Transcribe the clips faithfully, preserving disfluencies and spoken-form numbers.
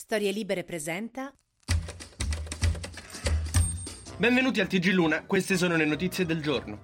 Storie Libere presenta. Benvenuti al T G Luna, queste sono le notizie del giorno.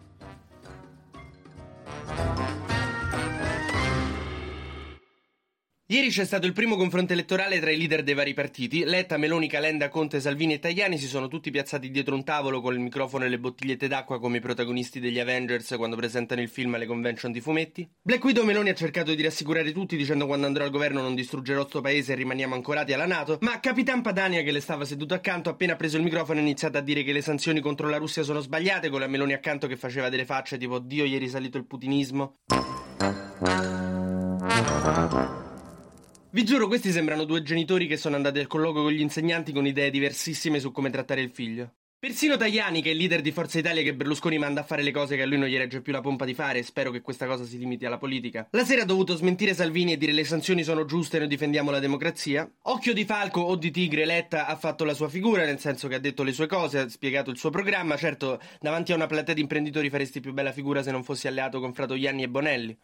Ieri c'è stato il primo confronto elettorale tra i leader dei vari partiti. Letta, Meloni, Calenda, Conte, Salvini e Tajani si sono tutti piazzati dietro un tavolo con il microfono e le bottigliette d'acqua come i protagonisti degli Avengers quando presentano il film alle convention di fumetti. Black Widow Meloni ha cercato di rassicurare tutti dicendo: quando andrò al governo non distruggerò sto paese e rimaniamo ancorati alla NATO. Ma Capitan Padania, che le stava seduto accanto, appena ha preso il microfono ha iniziato a dire che le sanzioni contro la Russia sono sbagliate, con la Meloni accanto che faceva delle facce tipo "Dio, ieri è salito il putinismo". Vi giuro, questi sembrano due genitori che sono andati al colloquio con gli insegnanti con idee diversissime su come trattare il figlio. Persino Tajani, che è il leader di Forza Italia che Berlusconi manda a fare le cose che a lui non gli regge più la pompa di fare, e spero che questa cosa si limiti alla politica, la sera ha dovuto smentire Salvini e dire le sanzioni sono giuste e noi difendiamo la democrazia. Occhio di falco o di tigre, Letta ha fatto la sua figura, nel senso che ha detto le sue cose, ha spiegato il suo programma. Certo, davanti a una platea di imprenditori faresti più bella figura se non fossi alleato con Fratoianni e Bonelli.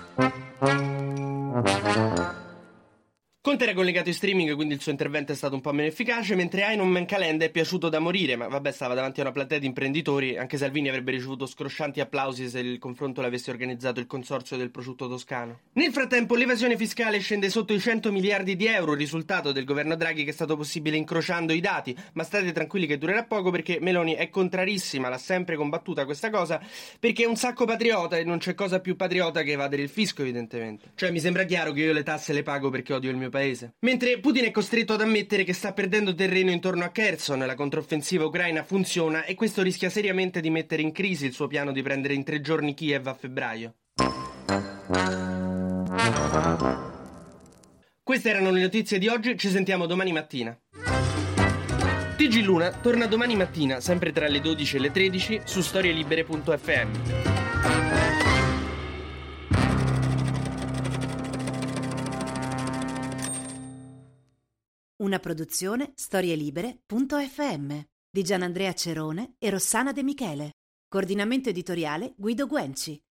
Conte era collegato in streaming, quindi il suo intervento è stato un po' meno efficace, mentre Iron Man Calenda è piaciuto da morire, ma vabbè, stava davanti a una platea di imprenditori. Anche Salvini avrebbe ricevuto scroscianti applausi se il confronto l'avesse organizzato il consorzio del prosciutto toscano. Nel frattempo l'evasione fiscale scende sotto i cento miliardi di euro, risultato del governo Draghi che è stato possibile incrociando i dati, ma state tranquilli che durerà poco perché Meloni è contrarissima, l'ha sempre combattuta questa cosa, perché è un sacco patriota e non c'è cosa più patriota che evadere il fisco, evidentemente. Cioè, mi sembra chiaro che io le tasse le pago perché odio il mio paese. Mentre Putin è costretto ad ammettere che sta perdendo terreno intorno a Kherson, la controffensiva ucraina funziona e questo rischia seriamente di mettere in crisi il suo piano di prendere in tre giorni Kiev a febbraio. Queste erano le notizie di oggi, ci sentiamo domani mattina. T G Luna torna domani mattina, sempre tra le dodici e le tredici, su storielibere punto effe emme. Una produzione storielibere punto effe emme di Gianandrea Cerone e Rossana De Michele. Coordinamento editoriale Guido Guenci.